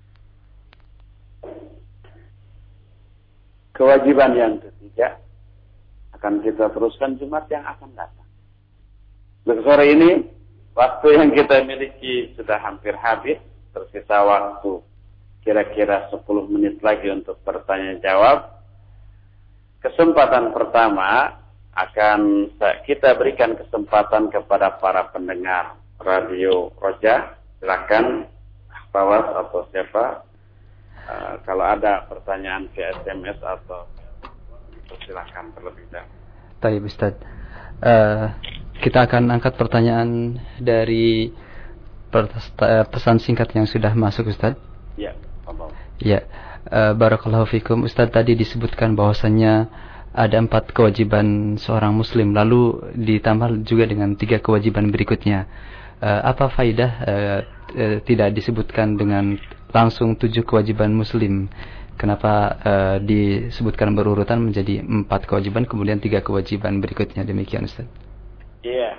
Kewajiban yang ketiga akan kita teruskan Jumat yang akan datang. Untuk sore ini, waktu yang kita miliki sudah hampir habis. Tersisa waktu kira-kira 10 menit lagi untuk bertanya jawab. Kesempatan pertama akan kita berikan kesempatan kepada para pendengar Radio Roja. Silakan Bawas atau siapa. Kalau ada pertanyaan via SMS atau silakan terlebih dahulu. Baik Ustaz. Kita akan angkat pertanyaan dari pesan singkat yang sudah masuk Ustaz. Ya, Bapak. Ya. Barakallahu fikum. Ustaz, tadi disebutkan bahwasannya ada 4 kewajiban seorang muslim, lalu ditambah juga dengan 3 kewajiban berikutnya. Apa faidah tidak disebutkan dengan langsung 7 kewajiban muslim? Kenapa disebutkan berurutan menjadi 4 kewajiban kemudian 3 kewajiban berikutnya? Demikian Ustaz. Iya.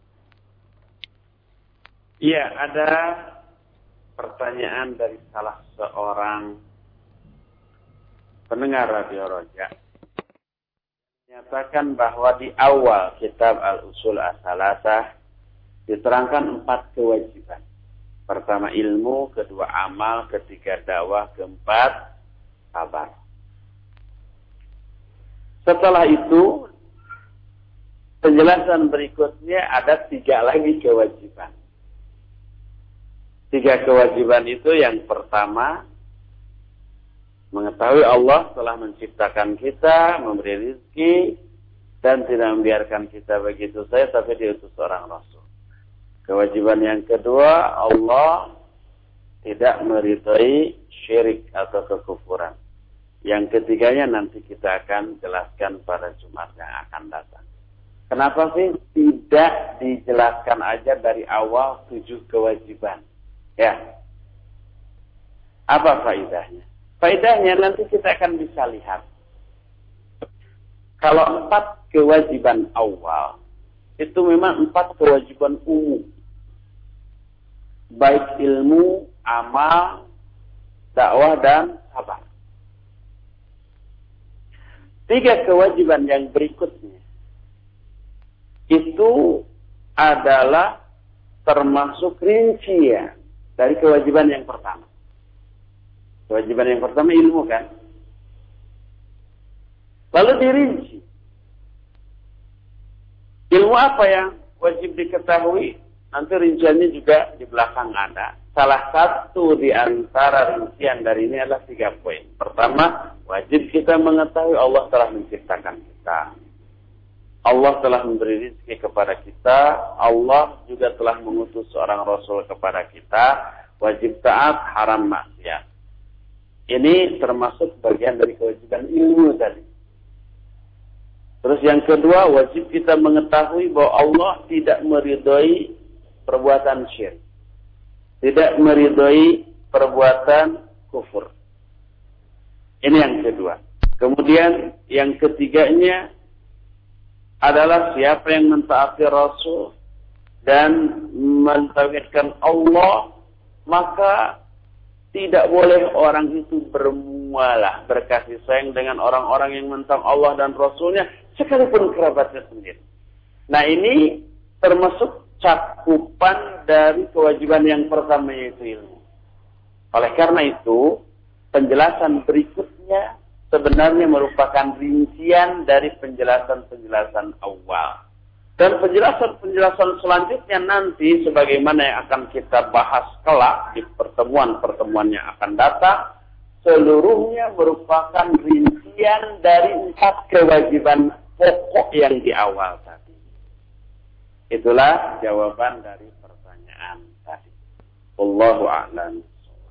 Iya, ada pertanyaan dari salah seorang pendengar Radio Roja. Menyatakan bahwa di awal kitab Al-Usul As-Salasah diterangkan 4 kewajiban. Pertama ilmu, kedua amal, ketiga dakwah, keempat sabar. Setelah itu, penjelasan berikutnya ada 3 lagi kewajiban. 3 kewajiban itu yang pertama, mengetahui Allah telah menciptakan kita, memberi rezeki, dan tidak membiarkan kita begitu saja, tapi diutus seorang Rasul. Kewajiban yang kedua, Allah tidak meridhai syirik atau kekufuran. Yang ketiganya nanti kita akan jelaskan pada Jumat yang akan datang. Kenapa sih tidak dijelaskan aja dari awal 7 kewajiban? Ya. Apa faedahnya? Faedahnya nanti kita akan bisa lihat. Kalau 4 kewajiban awal, itu memang 4 kewajiban umum. Baik ilmu, amal, dakwah, dan sabar. 3 kewajiban yang berikutnya itu adalah termasuk rincian dari kewajiban yang pertama. Kewajiban yang pertama ilmu kan. Lalu dirinci. Ilmu apa yang wajib diketahui? Nanti rinciannya juga di belakang ada. Salah satu di antara rincian dari ini adalah 3 poin. Pertama, wajib kita mengetahui Allah telah menciptakan kita. Allah telah memberi rezeki kepada kita. Allah juga telah mengutus seorang Rasul kepada kita. Wajib taat, haram maksiat. Ini termasuk bagian dari kewajiban ilmu tadi. Terus yang kedua, wajib kita mengetahui bahwa Allah tidak meridhai perbuatan syirik. Tidak meridhai perbuatan kufur. Ini yang kedua. Kemudian yang ketiganya adalah siapa yang mentaati Rasul dan mentauhidkan Allah, maka tidak boleh orang itu bermualah, berkasih sayang dengan orang-orang yang mentang Allah dan Rasulnya, sekalipun kerabatnya sendiri. Nah, ini termasuk cakupan dari kewajiban yang pertama, yaitu ilmu. Oleh karena itu, penjelasan berikutnya sebenarnya merupakan rincian dari penjelasan-penjelasan awal. Dan penjelasan-penjelasan selanjutnya nanti sebagaimana yang akan kita bahas kelak di pertemuan-pertemuan yang akan datang, seluruhnya merupakan rincian dari 4 kewajiban pokok yang di awal tadi. Itulah jawaban dari pertanyaan tadi. Wallahu a'lam.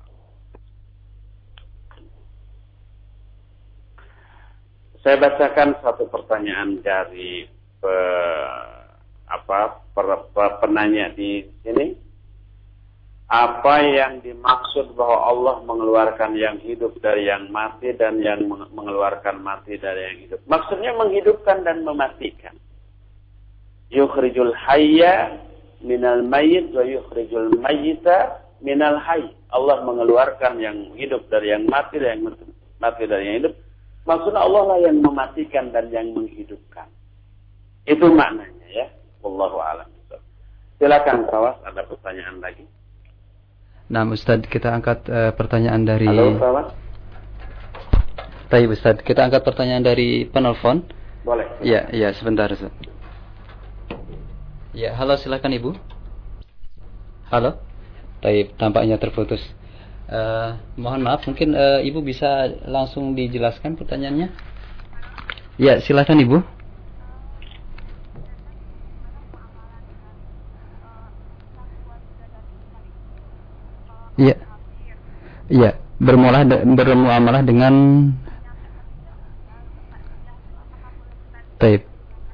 Saya bacakan satu pertanyaan dari penanya di sini. Apa yang dimaksud bahwa Allah mengeluarkan yang hidup dari yang mati dan yang mengeluarkan mati dari yang hidup? Maksudnya menghidupkan dan mematikan. Yukhrijul hayya minal mayyit wa yukhrijul mayyita minal hayy. Allah mengeluarkan yang hidup dari yang mati dan yang mati dari yang hidup. Maksudnya Allah lah yang mematikan dan yang menghidupkan. Itu maknanya ya. Wallahu a'lam. Silakan Kawas, ada pertanyaan lagi? Nah, Ustaz, kita angkat pertanyaan dari... Halo, Kawas. Baik, Ustaz, kita angkat pertanyaan dari penelpon. Boleh. Iya, sebentar, Ustaz. Ya, halo, silakan Ibu. Halo. Baik, tampaknya terputus. Mohon maaf, mungkin Ibu bisa langsung dijelaskan pertanyaannya? Ya, silakan Ibu. Iya, bermuamalah dengan Taib.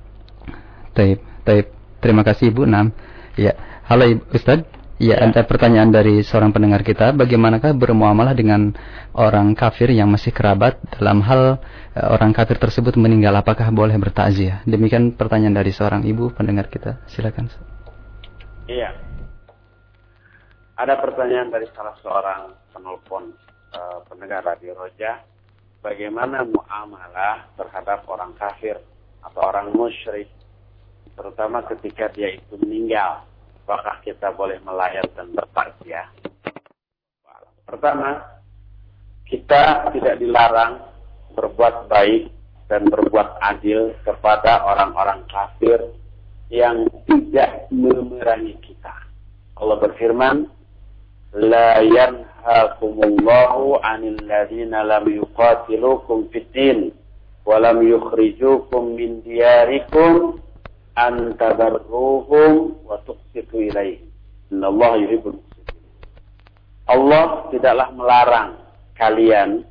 Terima kasih Ibu. Ya, halo Ibu Ustaz. Ya, ada pertanyaan dari seorang pendengar kita. Bagaimanakah bermuamalah dengan orang kafir yang masih kerabat dalam hal orang kafir tersebut meninggal? Apakah boleh bertakziah? Demikian pertanyaan dari seorang ibu pendengar kita. Silakan. Iya. Ada pertanyaan dari salah seorang penelpon pendengar Radio Roja. Bagaimana muamalah terhadap orang kafir atau orang musyrik, terutama ketika dia itu meninggal? Apakah kita boleh melayat dan bertakziah? Pertama, kita tidak dilarang berbuat baik dan berbuat adil kepada orang-orang kafir yang tidak memerangi kita. Allah berfirman, لا ينهاكم الله عن الذين لم يقاتلوكم في الدين ولم يخرجوكم من دياركم أن تبروهم وتقسطوا إليهم إن الله يحب المقسطين. Allah tidaklah melarang kalian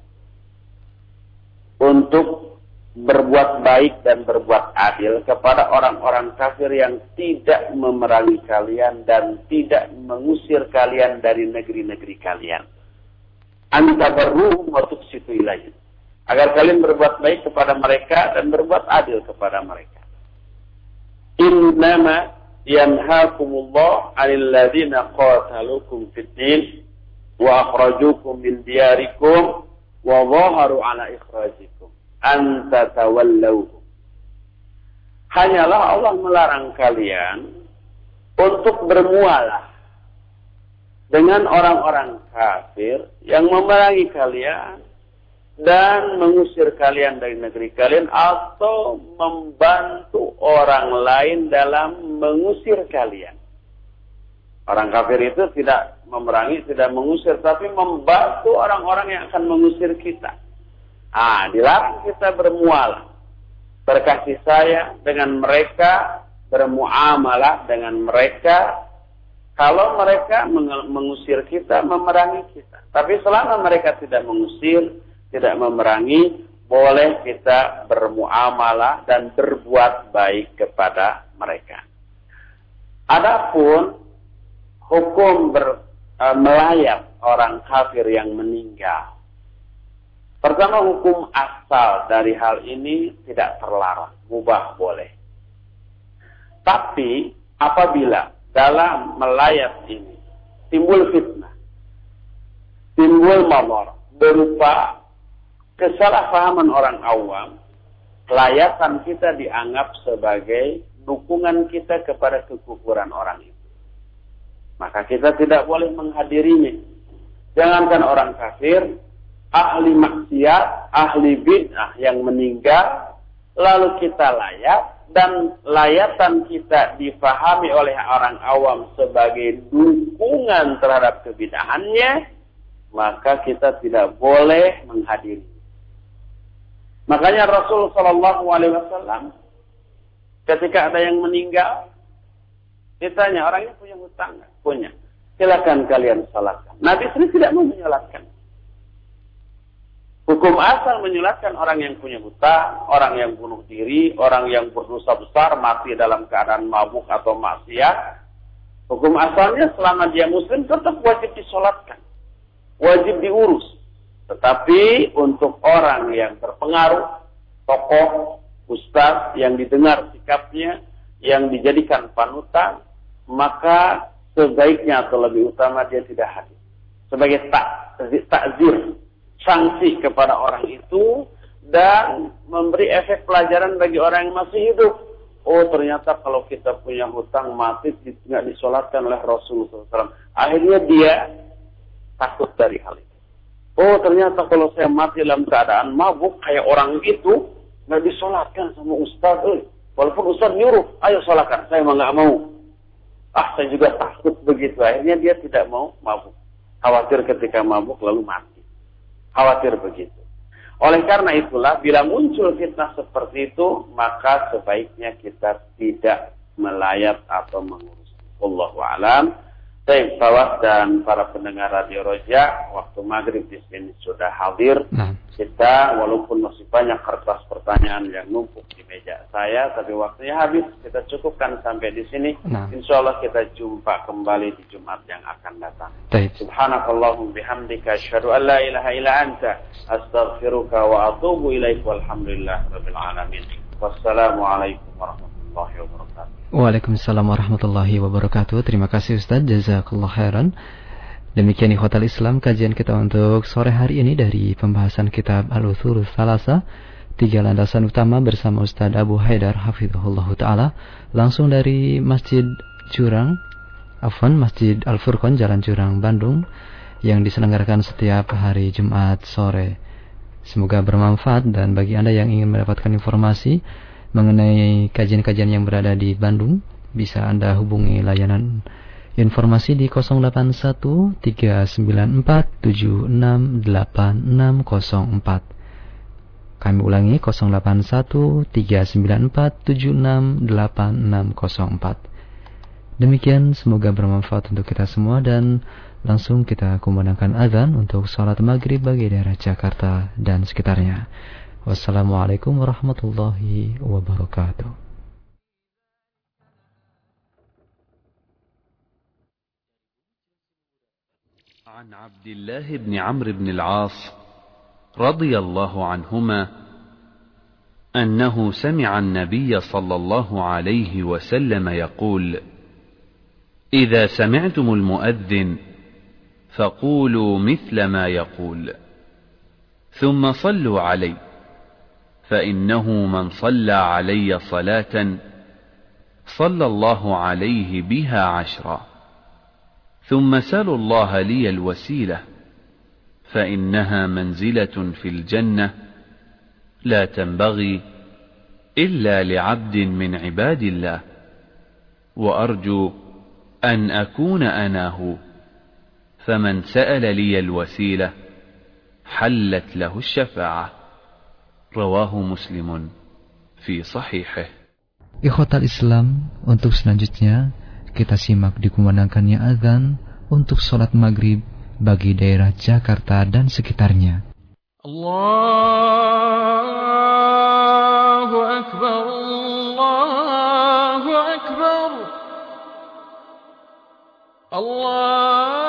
untuk berbuat baik dan berbuat adil kepada orang-orang kafir yang tidak memerangi kalian dan tidak mengusir kalian dari negeri-negeri kalian. Antabarruhum wa tuqsitu ilaihim. Agar kalian berbuat baik kepada mereka dan berbuat adil kepada mereka. Innama yanhaakumullah 'anil ladzina qataluukum fid din wa akhrajuukum min diyarikum wa dhaharu 'ala ikhrajikum. Anta tawallahu. Hanyalah Allah melarang kalian untuk bermualah dengan orang-orang kafir yang memerangi kalian dan mengusir kalian dari negeri kalian atau membantu orang lain dalam mengusir kalian. Orang kafir itu tidak memerangi, tidak mengusir, tapi membantu orang-orang yang akan mengusir kita. Dilarang kita bermualah, berkasih sayang dengan mereka, bermuamalah dengan mereka. Kalau mereka mengusir kita, memerangi kita. Tapi selama mereka tidak mengusir, tidak memerangi, boleh kita bermuamalah dan berbuat baik kepada mereka. Adapun hukum melayat orang kafir yang meninggal. Pertama, hukum asal dari hal ini tidak terlarang, mubah boleh. Tapi apabila dalam melayat ini timbul fitnah, timbul madhar berupa kesalahpahaman orang awam, layatan kita dianggap sebagai dukungan kita kepada kekufuran orang itu. Maka kita tidak boleh menghadirinya. Jangankan orang kafir, ahli maksiat, ahli bid'ah yang meninggal, lalu kita layat, dan layatan kita difahami oleh orang awam sebagai dukungan terhadap kebid'ahannya, maka kita tidak boleh menghadiri. Makanya Rasul Shallallahu Alaihi Wasallam ketika ada yang meninggal, ditanya, orangnya punya hutang nggak? Punya. Silakan kalian salatkan. Nabi sendiri tidak mau menyolatkan. Hukum asal menyolatkan orang yang punya hutang, orang yang bunuh diri, orang yang berdosa besar, mati dalam keadaan mabuk atau maksiat. Hukum asalnya selama dia muslim tetap wajib disolatkan. Wajib diurus. Tetapi untuk orang yang berpengaruh, tokoh, ustaz, yang didengar sikapnya, yang dijadikan panutan, maka sebaiknya atau lebih utama dia tidak hadir. Sebagai takzir, sanksi kepada orang itu, dan memberi efek pelajaran bagi orang yang masih hidup. Oh, ternyata kalau kita punya hutang mati tidak disolatkan oleh Rasulullah SAW. Akhirnya dia takut dari hal itu. Oh, ternyata kalau saya mati dalam keadaan mabuk kayak orang itu, nggak disolatkan sama ustaz. Walaupun ustaz nyuruh, ayo solatkan. Saya mah nggak mau. Saya juga takut begitu. Akhirnya dia tidak mau mabuk. Khawatir ketika mabuk lalu mati. Khawatir begitu. Oleh karena itulah, bila muncul fitnah seperti itu, maka sebaiknya kita tidak melayat atau mengurus. Wallahu a'lam. Baik, Fawaz dan para pendengar Radio Roja, waktu maghrib di sini sudah hadir. Kita walaupun masih banyak kertas pertanyaan yang numpuk di meja saya, tapi waktunya habis. Kita cukupkan sampai di sini. Insya Allah kita jumpa kembali di Jumat yang akan datang. Subhanakallahumma bihamdika asyhadu an la ilaha illa anta astaghfiruka wa atubu ilaik walhamdulillahi rabbil alamin. Wassalamualaikum warahmatullahi wabarakatuh. Waalaikumsalam warahmatullahi wabarakatuh. Terima kasih Ustaz, jazakallah khairan. Demikian ikhwatal Islam, kajian kita untuk sore hari ini dari pembahasan kitab Al-Ushul Tsalatsa, 3 landasan utama bersama Ustaz Abu Haidar hafizahullah taala, langsung dari Masjid Al-Furqan Jalan Jurang Bandung, yang diselenggarakan setiap hari Jumat sore. Semoga bermanfaat, dan bagi Anda yang ingin mendapatkan informasi mengenai kajian-kajian yang berada di Bandung, bisa Anda hubungi layanan informasi di 081 394 768604. Kami ulangi 081 394 768604. Demikian, semoga bermanfaat untuk kita semua, dan langsung kita kumandangkan azan untuk salat maghrib bagi daerah Jakarta dan sekitarnya. Wassalamualaikum warahmatullahi wabarakatuh. عن عبد الله بن عمرو بن العاص رضي الله عنهما أنه سمع النبي صلى الله عليه وسلم يقول: إذا سمعتم المؤذن فقولوا مثل ما يقول ثم صلوا عليه، فإنه من صلى علي صلاة صلى الله عليه بها 10، ثم سلوا الله لي الوسيلة فإنها منزلة في الجنة لا تنبغي إلا لعبد من عباد الله، وأرجو أن أكون أنا هو، فمن سأل لي الوسيلة حلت له الشفاعة. رواه مسلم في صحيحه. Ikhwatal Islam, untuk selanjutnya kita simak dikumandangkannya azan untuk sholat maghrib bagi daerah Jakarta dan sekitarnya. Allahu Akbar, Allahu Akbar, Allah.